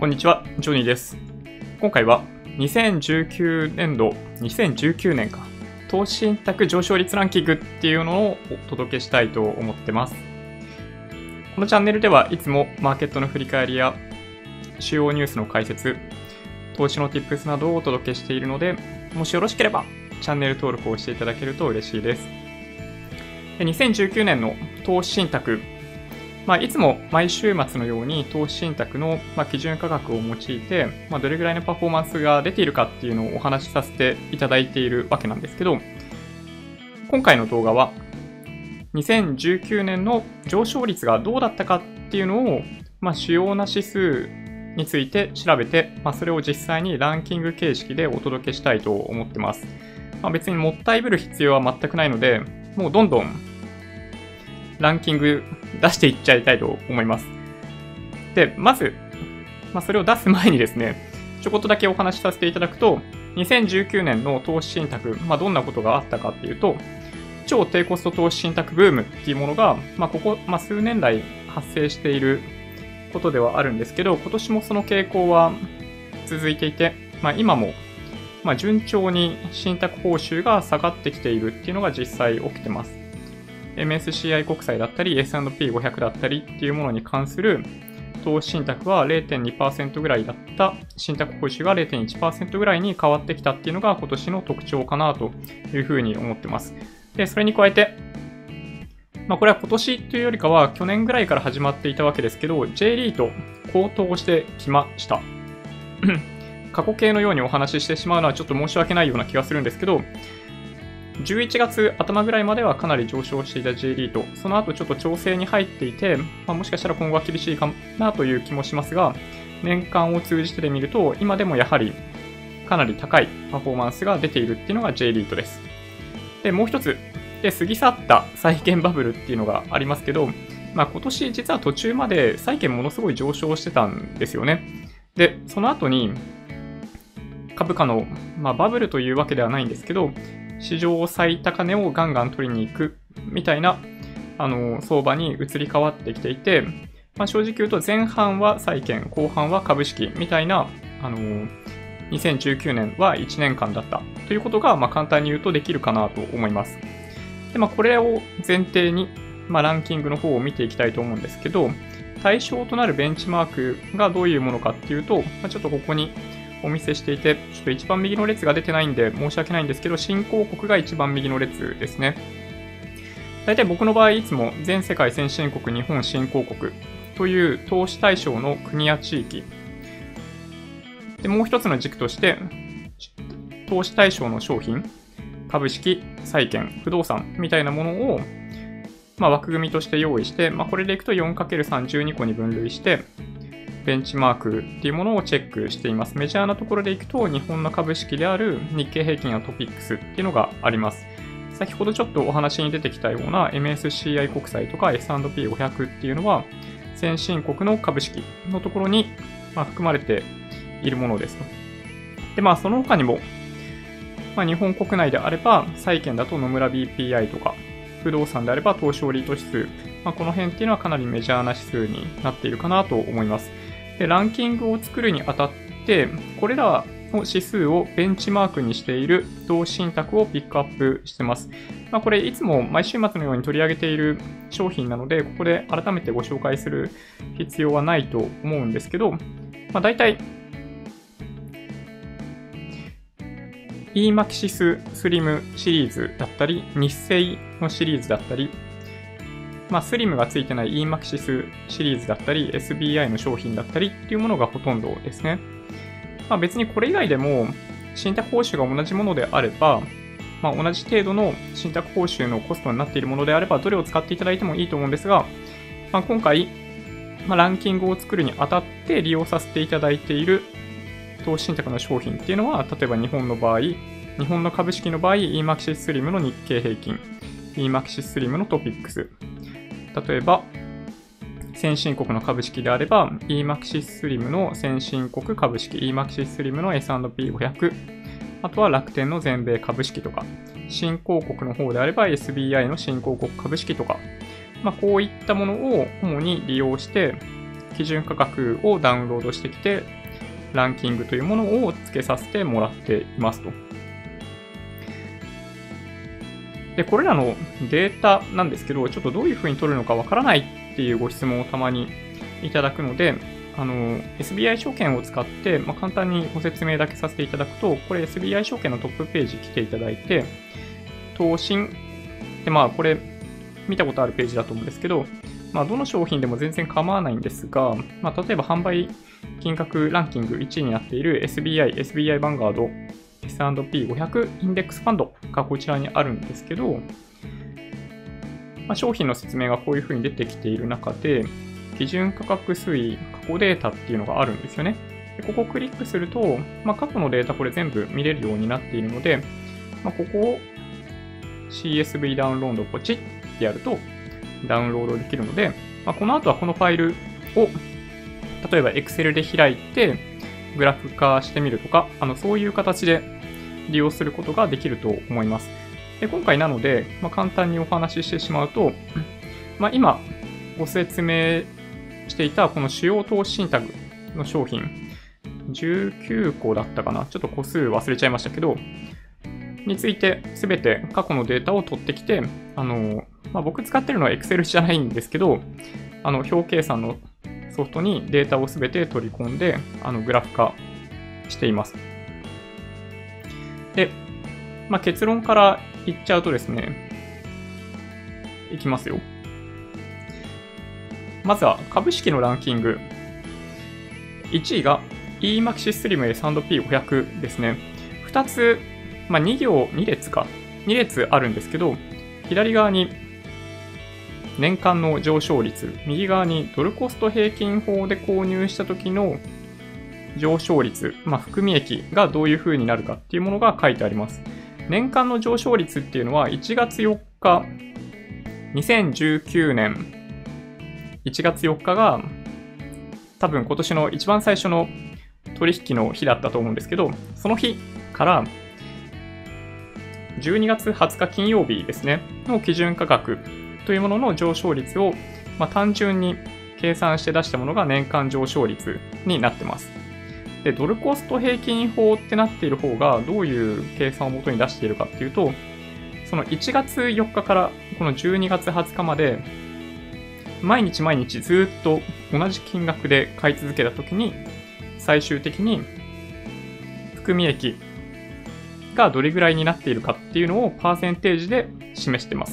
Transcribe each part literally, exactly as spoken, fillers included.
こんにちは、ジョニーです。今回はにせんじゅうきゅうねんど、にせんじゅうきゅうねんか、投資信託上昇率ランキングっていうのをお届けしたいと思ってます。このチャンネルではいつもマーケットの振り返りや主要ニュースの解説、投資の Tips などをお届けしているので、もしよろしければチャンネル登録をしていただけると嬉しいです。でにせんじゅうきゅうねんの投資信託、まあ、いつも毎週末のように投資信託のまあ基準価格を用いて、まあ、どれぐらいのパフォーマンスが出ているかっていうのをお話しさせていただいているわけなんですけど、今回の動画はにせんじゅうきゅうねんの上昇率がどうだったかっていうのを、まあ、主要な指数について調べて、まあ、それを実際にランキング形式でお届けしたいと思ってます。まあ、別にもったいぶる必要は全くないので、もうどんどんランキング出していっちゃいたいと思います。で、まず、まあ、それを出す前にですね、ちょこっとだけお話しさせていただくと、にせんじゅうきゅうねんの投資信託、まあ、どんなことがあったかっていうと、超低コスト投資信託ブームっていうものが、まあ、ここ、まあ、数年来発生していることではあるんですけど、今年もその傾向は続いていて、まあ、今も、まあ、順調に信託報酬が下がってきているっていうのが実際起きてます。エムエスシーアイ 国債だったり エスアンドピーごひゃく だったりっていうものに関する投資信託は れいてんにパーセント ぐらいだった信託報酬が れいてんいちパーセント ぐらいに変わってきたっていうのが今年の特徴かなというふうに思ってます。で、それに加えて、まあこれは今年というよりかは去年ぐらいから始まっていたわけですけど、J リート高騰してきました。過去形のようにお話ししてしまうのはちょっと申し訳ないような気がするんですけど、じゅういちがつ頭ぐらいまではかなり上昇していた J リート、その後ちょっと調整に入っていて、まあ、もしかしたら今後は厳しいかなという気もしますが、年間を通じてで見ると、今でもやはりかなり高いパフォーマンスが出ているっていうのが J リートです。で、もう一つ、で過ぎ去った債券バブルっていうのがありますけど、まあ、今年実は途中まで債券ものすごい上昇してたんですよね。で、その後に株価の、まあ、バブルというわけではないんですけど、史上最高値をガンガン取りに行くみたいなあの相場に移り変わってきていて、まあ、正直言うと前半は債券、後半は株式みたいなあのにせんじゅうきゅうねんはいちねんかんだったということが、まあ、簡単に言うとできるかなと思います。で、まあ、これを前提に、まあ、ランキングの方を見ていきたいと思うんですけど、対象となるベンチマークがどういうものかっていうと、まあ、ちょっとここにお見せしていて、ちょっと一番右の列が出てないんで申し訳ないんですけど、新興国が一番右の列ですね。大体僕の場合いつも全世界先進国、日本新興国という投資対象の国や地域。で、もう一つの軸として、投資対象の商品、株式、債券、不動産みたいなものを、まあ、枠組みとして用意して、まあ、これでいくと よんかけるさんじゅうに 個に分類して、ベンチマークっていうものをチェックしています。メジャーなところでいくと、日本の株式である日経平均やトピックスっていうのがあります。先ほどちょっとお話に出てきたような エムエスシーアイ 国債とか エスアンドピーごひゃく っていうのは、先進国の株式のところに含まれているものですと。で、まあその他にも、まあ、日本国内であれば、債券だと野村 ビーピーアイ とか、不動産であれば東証リート指数、まあ、この辺っていうのはかなりメジャーな指数になっているかなと思います。で、ランキングを作るにあたって、これらの指数をベンチマークにしている投資信託をピックアップしてます。まあ、これいつも毎週末のように取り上げている商品なので、ここで改めてご紹介する必要はないと思うんですけど、まあ、大体、イーマキシススリムシリーズだったり、日清のシリーズだったり、まあ、スリムがついてない イーマキシス シリーズだったり、エスビーアイ の商品だったりっていうものがほとんどですね。まあ、別にこれ以外でも、信託報酬が同じものであれば、まあ、同じ程度の信託報酬のコストになっているものであれば、どれを使っていただいてもいいと思うんですが、まあ、今回、まあ、ランキングを作るにあたって利用させていただいている投資信託の商品っていうのは、例えば日本の場合、日本の株式の場合、イーマキシススリムの日経平均、イーマキシススリムのトピックス、例えば、先進国の株式であれば、イーマキシススリムの先進国株式、イーマキシススリムの エスアンドピーごひゃく、あとは楽天の全米株式とか、新興国の方であれば エスビーアイ の新興国株式とか、まあ、こういったものを主に利用して、 基準価格をダウンロードしてきて、ランキングというものを付けさせてもらっていますと。で、これらのデータなんですけど、ちょっとどういうふうに取るのかわからないっていうご質問をたまにいただくので、あの、エスビーアイ 証券を使って、まあ、簡単にご説明だけさせていただくと、これ エスビーアイ 証券のトップページ来ていただいて、投信で、まあ、これ見たことあるページだと思うんですけど、まあ、どの商品でも全然構わないんですが、まあ、例えば販売金額ランキングいちいになっている エスビーアイ、エスビーアイ バンガード、エスアンドピーごひゃく インデックスファンドがこちらにあるんですけど、まあ、商品の説明がこういうふうに出てきている中で、基準価格推移、過去データっていうのがあるんですよね。でここをクリックすると、まあ、過去のデータこれ全部見れるようになっているので、まあ、ここを シーエスブイ ダウンロードポチってやるとダウンロードできるので、まあ、この後はこのファイルを例えば Excel で開いてグラフ化してみるとか、あのそういう形で利用することができると思います。で今回なので、まあ、簡単にお話ししてしまうと、まあ、今ご説明していたこの主要投資信託の商品、じゅうきゅうこだったかな、ちょっと個数忘れちゃいましたけど、についてすべて過去のデータを取ってきて、あの、まあ、僕使ってるのは Excel じゃないんですけど、あの表計算のソフトにデータをすべて取り込んで、あのグラフ化しています。で、まあ、結論から言っちゃうとですね、いきますよ。まずは株式のランキング。いちいが イーマキシスリム エスアンドピーごひゃく ですね。ふたつ、まあ、に行、に列か。に列あるんですけど、左側に年間の上昇率、右側にドルコスト平均法で購入した時の上昇率、まあ、含み益がどういう風になるかっていうものが書いてあります。年間の上昇率っていうのはいちがつよっか、にせんじゅうきゅうねんいちがつよっかが多分今年の一番最初の取引の日だったと思うんですけど、その日からじゅうにがつはつか金曜日ですね、の基準価格というものの上昇率を、まあ、単純に計算して出したものが年間上昇率になってます。で、ドルコスト平均法ってなっている方がどういう計算をもとに出しているかっていうと、そのいちがつよっかからこのじゅうにがつはつかまで毎日毎日ずっと同じ金額で買い続けたときに、最終的に含み益がどれぐらいになっているかっていうのをパーセンテージで示しています。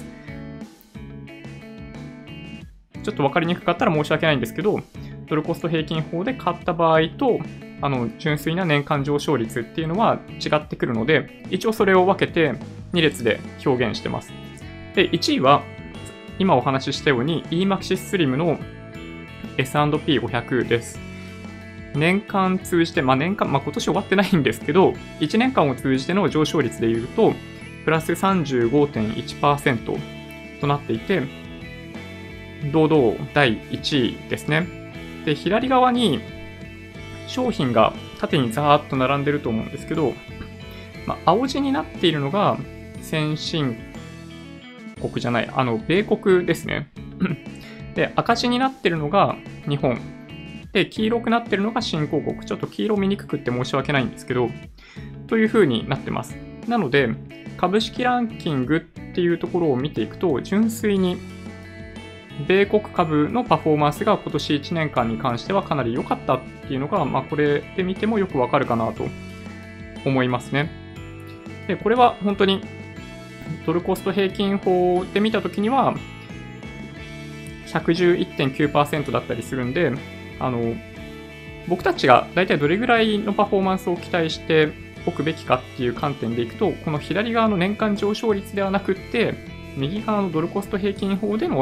ちょっと分かりにくかったら申し訳ないんですけど、ドルコスト平均法で買った場合と、あの純粋な年間上昇率っていうのは違ってくるので、一応それを分けてに列で表現してます。で、いちいは今お話ししたように イーマキシスリムの エスアンドピーごひゃく です。年間通じて、まあ年間、まあ今年終わってないんですけど、いちねんかんを通じての上昇率でいうと、プラス さんじゅうごてんいちパーセント となっていて、堂々だいいちいですね。で、左側に商品が縦にザーッと並んでると思うんですけど、まあ、青字になっているのが先進国じゃない、あの、米国ですね。で、赤字になってるのが日本。で、黄色くなってるのが新興国。ちょっと黄色見にくくって申し訳ないんですけど、という風になってます。なので、株式ランキングっていうところを見ていくと、純粋に米国株のパフォーマンスが今年いちねんかんに関してはかなり良かったっていうのが、まあこれで見てもよくわかるかなと思いますね。で、これは本当にドルコスト平均法で見たときには ひゃくじゅういってんきゅうパーセント だったりするんで、あの、僕たちが大体どれぐらいのパフォーマンスを期待しておくべきかっていう観点でいくと、この左側の年間上昇率ではなくって、右側のドルコスト平均法での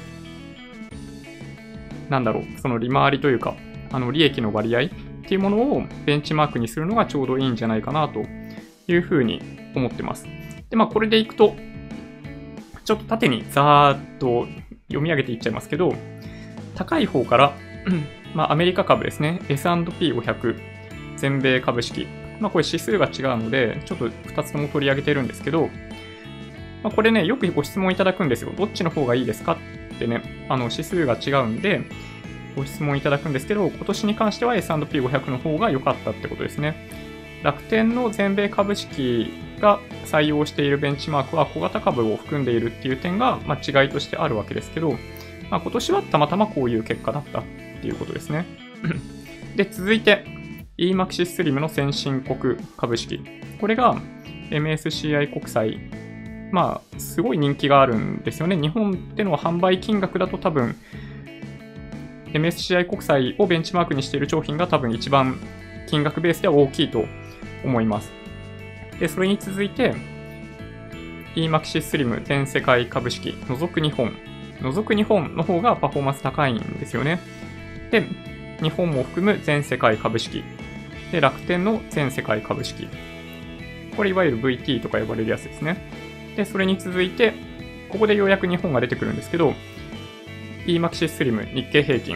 なんだろう、その利回りというか、あの利益の割合っていうものをベンチマークにするのがちょうどいいんじゃないかなというふうに思ってます。で、まあこれでいくと、ちょっと縦にざーっと読み上げていっちゃいますけど、高い方から、まあアメリカ株ですね、エスアンドピーごひゃく、全米株式。まあこれ指数が違うので、ちょっとふたつとも取り上げてるんですけど、まあ、これね、よくご質問いただくんですよ。どっちの方がいいですかってね、あの指数が違うんで、 ご質問いただくんですけど、今年に関しては エスアンドピーごひゃく の方が良かったってことですね。楽天の全米株式が採用しているベンチマークは小型株を含んでいるっていう点が、まあ、違いとしてあるわけですけど、まあ、今年はたまたまこういう結果だったっていうことですね。で、続いて イーマキシススリムの先進国株式。これが エムエスシーアイ 国債。まあ、すごい人気があるんですよね。日本での販売金額だと多分、エムエスシーアイ 国債をベンチマークにしている商品が多分一番金額ベースでは大きいと思います。で、それに続いて、イーマキシススリム全世界株式、除く日本。除く日本の方がパフォーマンス高いんですよね。で、日本も含む全世界株式。で、楽天の全世界株式。これいわゆる ブイティー とか呼ばれるやつですね。で、それに続いて、ここでようやく日本が出てくるんですけど、イーマキシススリム日経平均。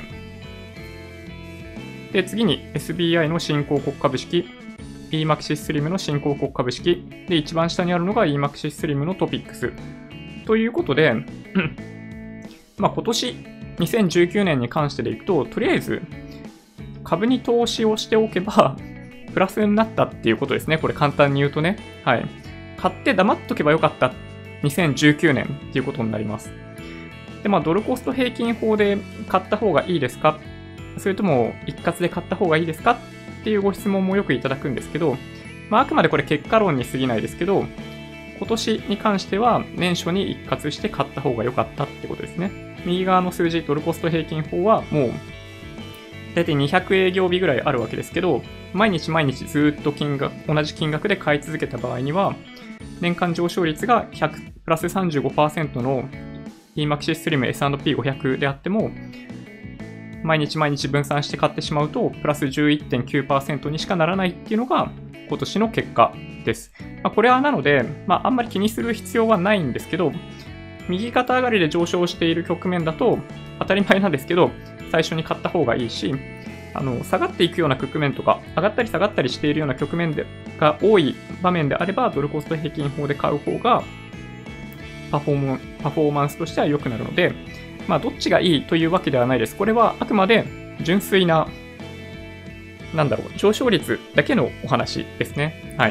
で、次に エスビーアイ の新興国株式、イーマキシススリムの新興国株式。で、一番下にあるのが イーマキシススリムのトピックス。ということで、まあ今年にせんじゅうきゅうねんに関してでいくと、とりあえず株に投資をしておけばプラスになったっていうことですね。これ簡単に言うとね。はい。買って黙っとけばよかったにせんじゅうきゅうねんっていうことになります。で、まあドルコスト平均法で買った方がいいですか、それとも一括で買った方がいいですかっていうご質問もよくいただくんですけど、まああくまでこれ結果論に過ぎないですけど、今年に関しては年初に一括して買った方が良かったってことですね。右側の数字、ドルコスト平均法はもう大体にひゃく営業日ぐらいあるわけですけど、毎日毎日ずっと金額、同じ金額で買い続けた場合には、年間上昇率がひゃくプラス さんじゅうごパーセント の イーマキシススリム エスアンドピーごひゃく であっても、毎日毎日分散して買ってしまうと、プラス じゅういってんきゅうパーセント にしかならないっていうのが今年の結果です。まあ、これはなので、まあ、あんまり気にする必要はないんですけど、右肩上がりで上昇している局面だと当たり前なんですけど、最初に買った方がいいし、あの下がっていくような局面とか、上がったり下がったりしているような局面でが多い場面であれば、ドルコスト平均法で買う方がパフォーマン、パフォーマンスとしては良くなるので、まあ、どっちがいいというわけではないです。これはあくまで純粋な、なんだろう、上昇率だけのお話ですね。はい。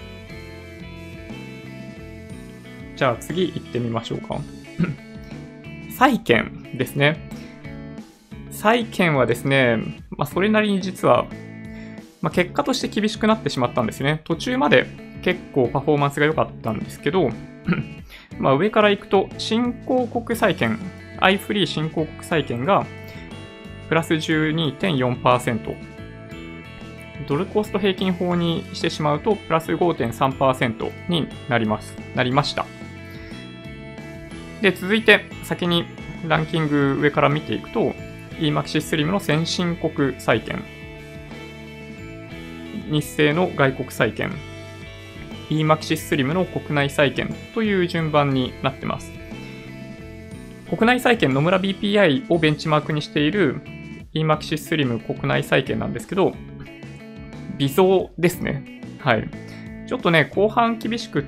じゃあ次行ってみましょうか。債券ですね。債券はですね、まあ、それなりに実は、まあ、結果として厳しくなってしまったんですね。途中まで結構パフォーマンスが良かったんですけど、まあ上から行くと、新興国債券、アイフリー 新興国債券がプラス じゅうにてんよんパーセント。ドルコスト平均法にしてしまうと、プラス ごてんさんパーセント になります。なりました。で、続いて、先にランキング上から見ていくと、イーマキシススリムの先進国債券、日清の外国債券、イーマキシススリムの国内債券という順番になってます。国内債券、野村 ビーピーアイ をベンチマークにしているイーマキシススリム国内債券なんですけど、微増ですね。はい。ちょっとね、後半厳しくって、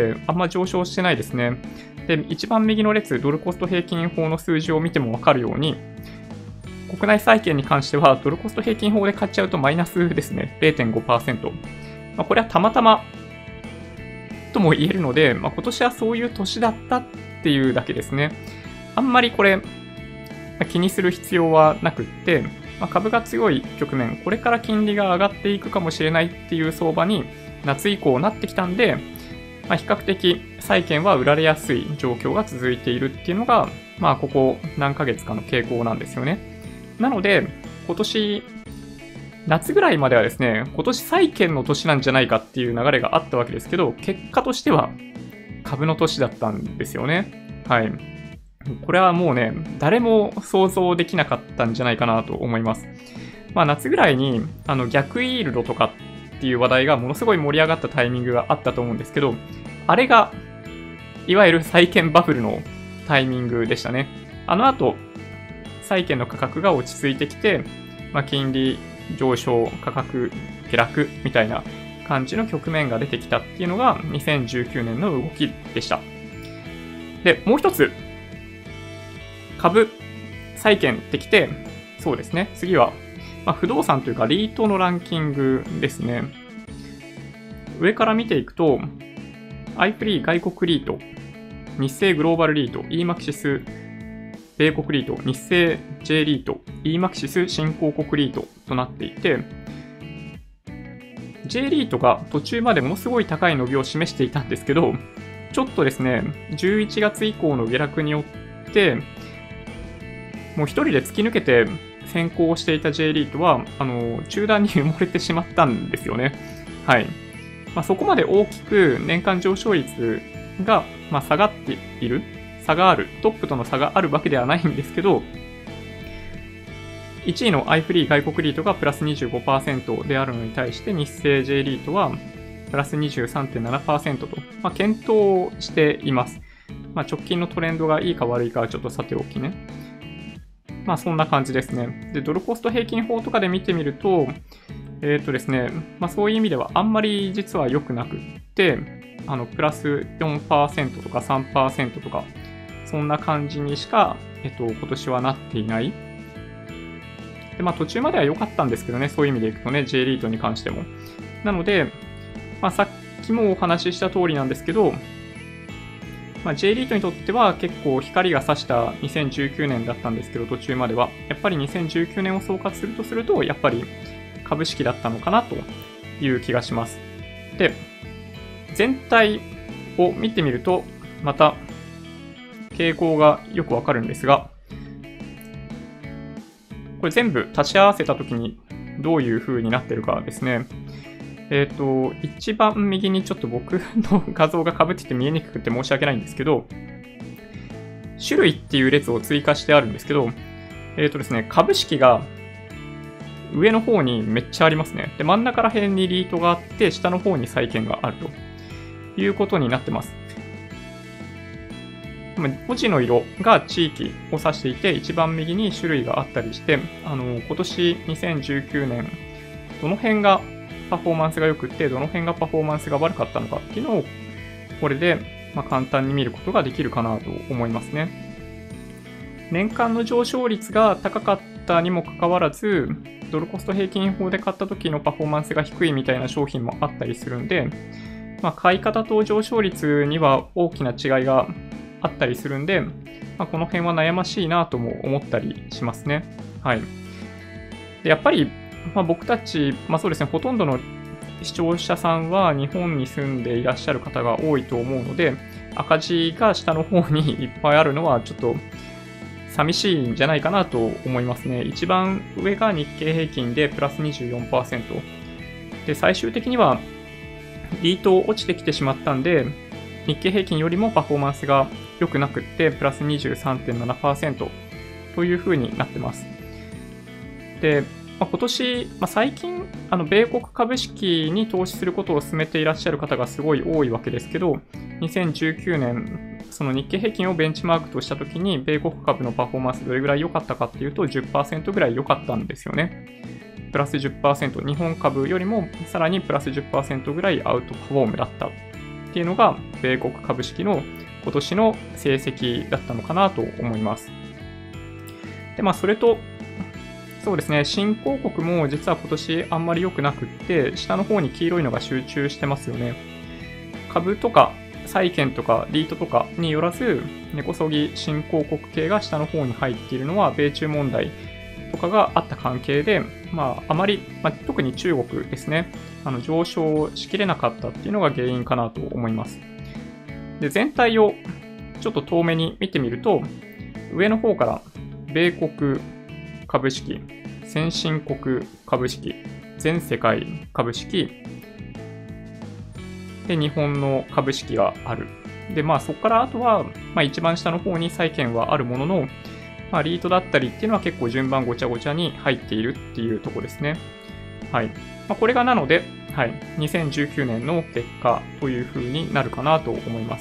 あんま上昇してないですね。で、一番右の列、ドルコスト平均法の数字を見てもわかるように、国内債券に関しては、ドルコスト平均法で買っちゃうとマイナスですね。れいてんごパーセント。まあ、これはたまたまとも言えるので、まあ、今年はそういう年だったっていうだけですね。あんまりこれ、まあ、気にする必要はなくって、まあ、株が強い局面、これから金利が上がっていくかもしれないっていう相場に夏以降なってきたんで、まあ、比較的債券は売られやすい状況が続いているっていうのが、まあ、ここ何ヶ月かの傾向なんですよね。なので、今年、夏ぐらいまではですね、今年債券の年なんじゃないかっていう流れがあったわけですけど、結果としては株の年だったんですよね。はい。これはもうね、誰も想像できなかったんじゃないかなと思います。まあ夏ぐらいに、あの逆イールドとかっていう話題がものすごい盛り上がったタイミングがあったと思うんですけど、あれが、いわゆる債券バブルのタイミングでしたね。あの後、債券の価格が落ち着いてきて、まあ、金利上昇、価格下落みたいな感じの局面が出てきたっていうのがにせんじゅうきゅうねんの動きでした。で、もう一つ、株、債券ってきて、 そうですね。次は、まあ、不動産というか、リートのランキングですね。上から見ていくと、アイフリー外国リート、日清グローバルリート、イーマキシス米国リート、日清 J リート、イーマキシス新興国リートとなっていて、J リートが途中までものすごい高い伸びを示していたんですけど、ちょっとですね、じゅういちがつ以降の下落によって、もう一人で突き抜けて先行していた J リートは、あの、中断に埋もれてしまったんですよね。はい。まあ、そこまで大きく年間上昇率が、まあ、下がっている、差がある、トップとの差があるわけではないんですけど、いちいの アイフリー外国リートがプラス にじゅうごパーセント であるのに対して、日清 J リートはプラス にじゅうさんてんななパーセント と、まあ、検討しています。まあ、直近のトレンドがいいか悪いかはちょっとさておきね。まあそんな感じですね。で、ドルコスト平均法とかで見てみると、えっとですね、まあそういう意味ではあんまり実は良くなくって、あの、プラス よんパーセント とか さんパーセント とか、そんな感じにしか、えっと、今年はなっていない。で、まあ途中までは良かったんですけどね、そういう意味でいくとね、J リートに関しても。なので、まあさっきもお話しした通りなんですけど、まあ、J リートにとっては結構光が差したにせんじゅうきゅうねんだったんですけど、途中までは。やっぱりにせんじゅうきゅうねんを総括するとすると、やっぱり株式だったのかなという気がします。で、全体を見てみると、また傾向がよくわかるんですが、これ全部足し合わせたときにどういう風になってるかですね。えっと、一番右にちょっと僕の画像が被ってて見えにくくて申し訳ないんですけど、種類っていう列を追加してあるんですけど、えっとですね、株式が上の方にめっちゃありますね。で、真ん中ら辺にリートがあって、下の方に債券があるということになってます。文字の色が地域を指していて、一番右に種類があったりして、あの、今年にせんじゅうきゅうねん、どの辺がパフォーマンスが良くって、どの辺がパフォーマンスが悪かったのかっていうのを、これでまあ簡単に見ることができるかなと思いますね。年間の上昇率が高かったにもかかわらず、ドルコスト平均法で買った時のパフォーマンスが低いみたいな商品もあったりするんで、まあ、買い方と上昇率には大きな違いがあったりするんで、まあ、この辺は悩ましいなとも思ったりしますね。はい。でやっぱりまあ、僕たち、まあそうですね、ほとんどの視聴者さんは日本に住んでいらっしゃる方が多いと思うので、赤字が下の方にいっぱいあるのはちょっと寂しいんじゃないかなと思いますね。一番上が日経平均でプラス にじゅうよんパーセント。で、最終的にはリート落ちてきてしまったんで、日経平均よりもパフォーマンスが良くなくって、プラス にじゅうさんてんななパーセント という風になってます。で、まあ、今年、まあ、最近、あの米国株式に投資することを進めていらっしゃる方がすごい多いわけですけど、にせんじゅうきゅうねん、その日経平均をベンチマークとしたときに、米国株のパフォーマンスどれぐらい良かったかっていうと、じゅっパーセントぐらい良かったんですよね。プラス じゅっパーセント、日本株よりもさらにプラス じゅっパーセントぐらいアウトパフォームだったっていうのが、米国株式の今年の成績だったのかなと思います。で、まあ、それと、そうですね、新興国も実は今年あんまり良くなくって、下の方に黄色いのが集中してますよね。株とか債券とかリートとかによらず、根こそぎ新興国系が下の方に入っているのは、米中問題とかがあった関係で、まあ、あまり、まあ、特に中国ですね、あの上昇しきれなかったっていうのが原因かなと思います。で、全体をちょっと遠目に見てみると、上の方から米国株式、先進国株式、全世界株式、で、日本の株式がある。で、まあそこからあとは、まあ一番下の方に債券はあるものの、まあリートだったりっていうのは結構順番ごちゃごちゃに入っているっていうところですね。はい。まあこれがなので、はい。にせんじゅうきゅうねんの結果という風になるかなと思います。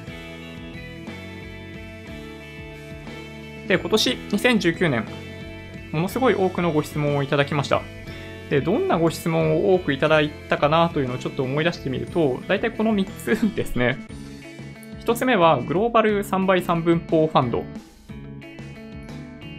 で、今年にせんじゅうきゅうねん、ものすごい多くのご質問をいただきました。で、どんなご質問を多くいただいたかなというのをちょっと思い出してみると、大体このみっつですね。ひとつめはグローバルさんばいさんぶん法ファンド。こ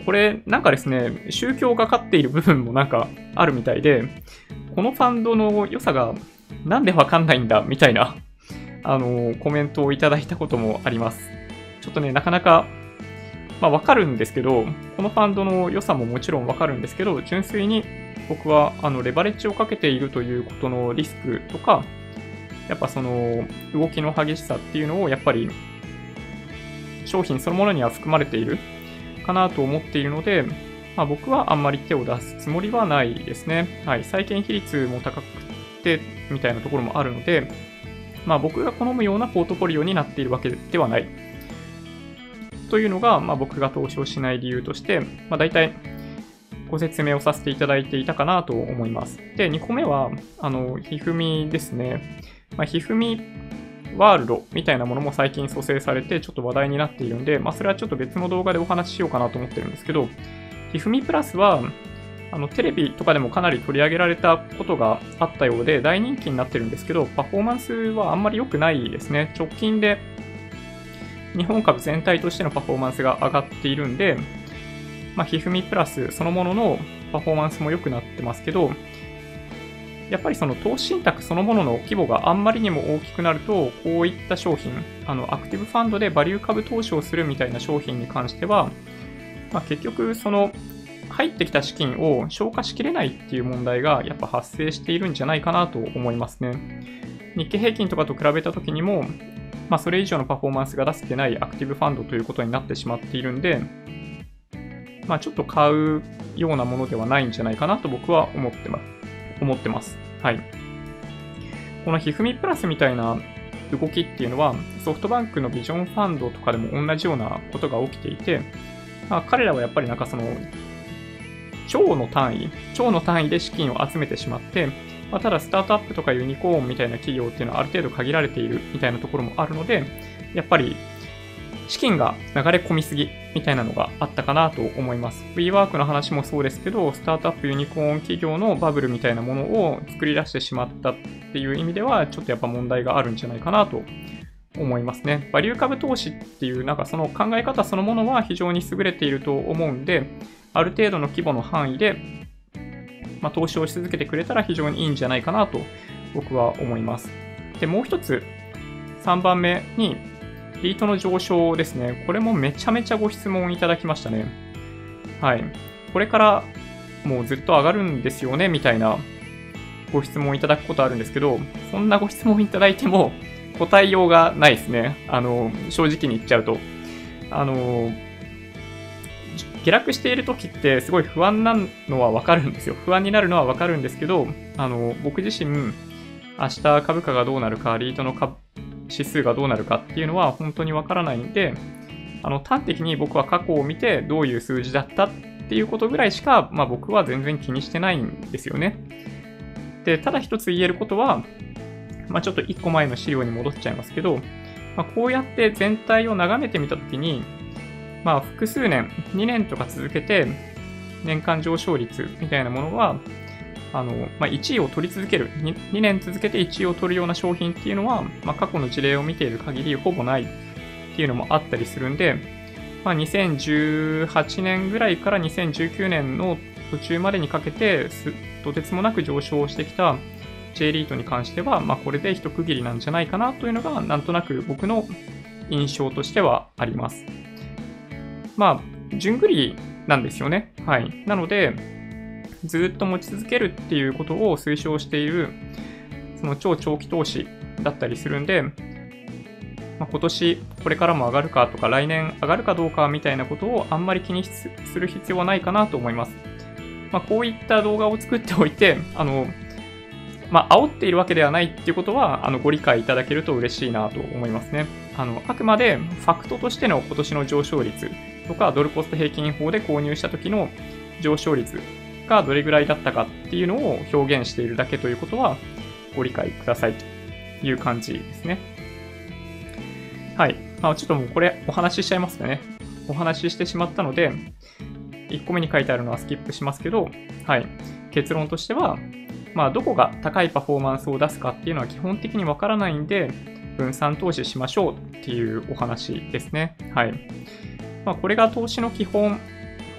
これなんかですね、宗教がかっている部分もなんかあるみたいで、このファンドの良さがなんでわかんないんだみたいな、あの、コメントをいただいたこともあります。ちょっとね、なかなか、まあわかるんですけど、このファンドの良さももちろんわかるんですけど、純粋に僕はあのレバレッジをかけているということのリスクとか、やっぱその動きの激しさっていうのをやっぱり商品そのものには含まれているかなと思っているので、まあ、僕はあんまり手を出すつもりはないですね。はい。債券比率も高くてみたいなところもあるので、まあ僕が好むようなポートフォリオになっているわけではない。というのが、まあ僕が投資をしない理由として、まあ大体ご説明をさせていただいていたかなと思います。で、にこめは、あの、ひふみですね。まあ、ひふみワールドみたいなものも最近蘇生されてちょっと話題になっているんで、まあそれはちょっと別の動画でお話ししようかなと思ってるんですけど、ひふみプラスは、あの、テレビとかでもかなり取り上げられたことがあったようで大人気になってるんですけど、パフォーマンスはあんまり良くないですね。直近で日本株全体としてのパフォーマンスが上がっているんで、まあ、ひふみプラスそのもののパフォーマンスも良くなってますけど、やっぱりその投資信託そのものの規模があんまりにも大きくなると、こういった商品、あの、アクティブファンドでバリュー株投資をするみたいな商品に関しては、まあ、結局その入ってきた資金を消化しきれないっていう問題がやっぱ発生しているんじゃないかなと思いますね。日経平均とかと比べた時にも、まあ、それ以上のパフォーマンスが出せてないアクティブファンドということになってしまっているんで、まあ、ちょっと買うようなものではないんじゃないかなと僕は思ってます。思ってます。はい。このひふみプラスみたいな動きっていうのは、ソフトバンクのビジョンファンドとかでも同じようなことが起きていて、まあ、彼らはやっぱりなんかその、超の単位、超の単位で資金を集めてしまって、まあ、ただスタートアップとかユニコーンみたいな企業っていうのはある程度限られているみたいなところもあるので、やっぱり資金が流れ込みすぎみたいなのがあったかなと思います。WeWork の話もそうですけど、スタートアップユニコーン企業のバブルみたいなものを作り出してしまったっていう意味では、ちょっとやっぱ問題があるんじゃないかなと思いますね。バリュー株投資っていうなんかその考え方そのものは非常に優れていると思うんで、ある程度の規模の範囲で、まあ、投資をし続けてくれたら非常にいいんじゃないかなと僕は思います。で、もう一つ、さんばんめに、リートの上昇ですね。これもめちゃめちゃご質問いただきましたね。はい。これからもうずっと上がるんですよね、みたいなご質問いただくことあるんですけど、そんなご質問いただいても答えようがないですね。あの、正直に言っちゃうと。あの、下落している時ってすごい不安なのはわかるんですよ。不安になるのはわかるんですけど、あの、僕自身、明日株価がどうなるか、リートの株指数がどうなるかっていうのは本当にわからないんで、あの、端的に僕は過去を見てどういう数字だったっていうことぐらいしか、まあ僕は全然気にしてないんですよね。で、ただ一つ言えることは、まあちょっと一個前の資料に戻っちゃいますけど、まあ、こうやって全体を眺めてみたときに、まあ複数年、にねんとか続けて年間上昇率みたいなものは、あの、まあ、いちいを取り続ける2、にねん続けていちいを取るような商品っていうのは、まあ、過去の事例を見ている限りほぼないっていうのもあったりするんで、まあ、にせんじゅうはちねんぐらいからにせんじゅうきゅうねんの途中までにかけて、とてつもなく上昇してきた J リートに関しては、まあ、これで一区切りなんじゃないかなというのが、なんとなく僕の印象としてはあります。まあ、順繰りなんですよね。はい。なので、ずっと持ち続けるっていうことを推奨している、その超長期投資だったりするんで、まあ、今年これからも上がるかとか、来年上がるかどうかみたいなことをあんまり気にする必要はないかなと思います。まあ、こういった動画を作っておいて、あの、まあ、煽っているわけではないっていうことは、あの、ご理解いただけると嬉しいなと思いますね。あの、あくまでファクトとしての今年の上昇率とか、ドルコスト平均法で購入した時の上昇率がどれぐらいだったかっていうのを表現しているだけということはご理解くださいという感じですね。はい。まあ、ちょっともうこれお話ししちゃいますね。お話ししてしまったので、いっこめに書いてあるのはスキップしますけど、はい。結論としては、まあ、どこが高いパフォーマンスを出すかっていうのは基本的にわからないんで、分散投資しましょうっていうお話ですね。はい。まあ、これが投資の基本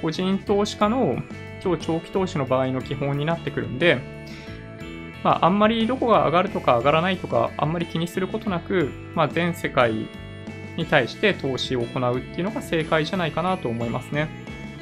個人投資家の超長期投資の場合の基本になってくるんで、まあ、あんまりどこが上がるとか上がらないとか、あんまり気にすることなく、まあ、全世界に対して投資を行うっていうのが正解じゃないかなと思いますね。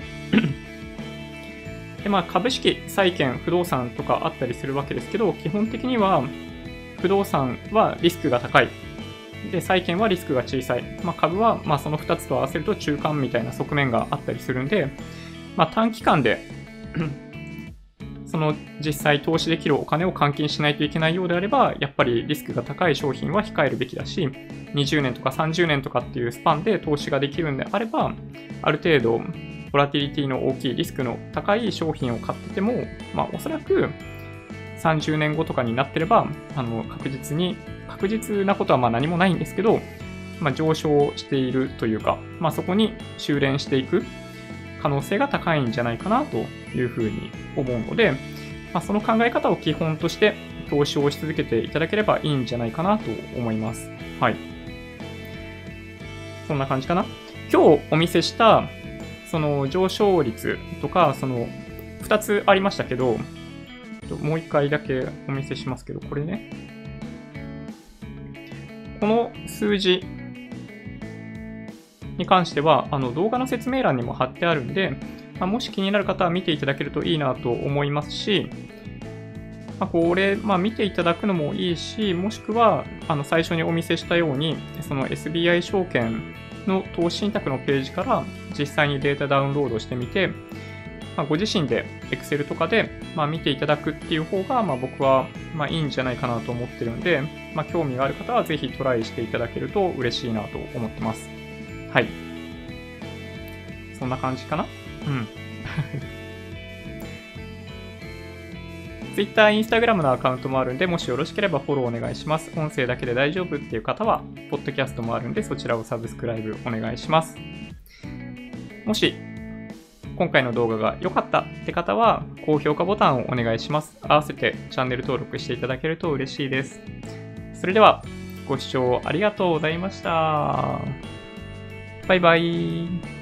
で、まあ、株式、債券、不動産とかあったりするわけですけど、基本的には不動産はリスクが高い。で、債券はリスクが小さい。まあ、株はまあそのふたつと合わせると中間みたいな側面があったりするんで、まあ、短期間でその実際投資できるお金を換金しないといけないようであれば、やっぱりリスクが高い商品は控えるべきだし、にじゅうねんとかさんじゅうねんとかっていうスパンで投資ができるんであれば、ある程度ボラティリティの大きいリスクの高い商品を買ってても、まあおそらくさんじゅうねんごとかになってれば、あの確実に、確実なことはまあ何もないんですけど、まあ、上昇しているというか、まあ、そこに修練していく可能性が高いんじゃないかなというふうに思うので、まあ、その考え方を基本として投資をし続けていただければいいんじゃないかなと思います。はい。そんな感じかな。今日お見せしたその上昇率とか、そのふたつありましたけど、もう一回だけお見せしますけど、これね。この数字に関しては、あの動画の説明欄にも貼ってあるんで、まあ、もし気になる方は見ていただけるといいなと思いますし、まあ、これ、まあ、見ていただくのもいいし、もしくはあの最初にお見せしたように、その エスビーアイ 証券の投資信託のページから実際にデータダウンロードしてみて、まあ、ご自身で Excel とかで、まあ、見ていただくっていう方が、まあ、僕は、まあ、いいんじゃないかなと思ってるんで、まあ、興味がある方はぜひトライしていただけると嬉しいなと思ってます。はい。そんな感じかな？うん。Twitter、Instagram のアカウントもあるんで、もしよろしければフォローお願いします。音声だけで大丈夫っていう方は、ポッドキャストもあるんで、そちらをサブスクライブお願いします。もし、今回の動画が良かったって方は、高評価ボタンをお願いします。合わせてチャンネル登録していただけると嬉しいです。それでは、ご視聴ありがとうございました。バイバイ。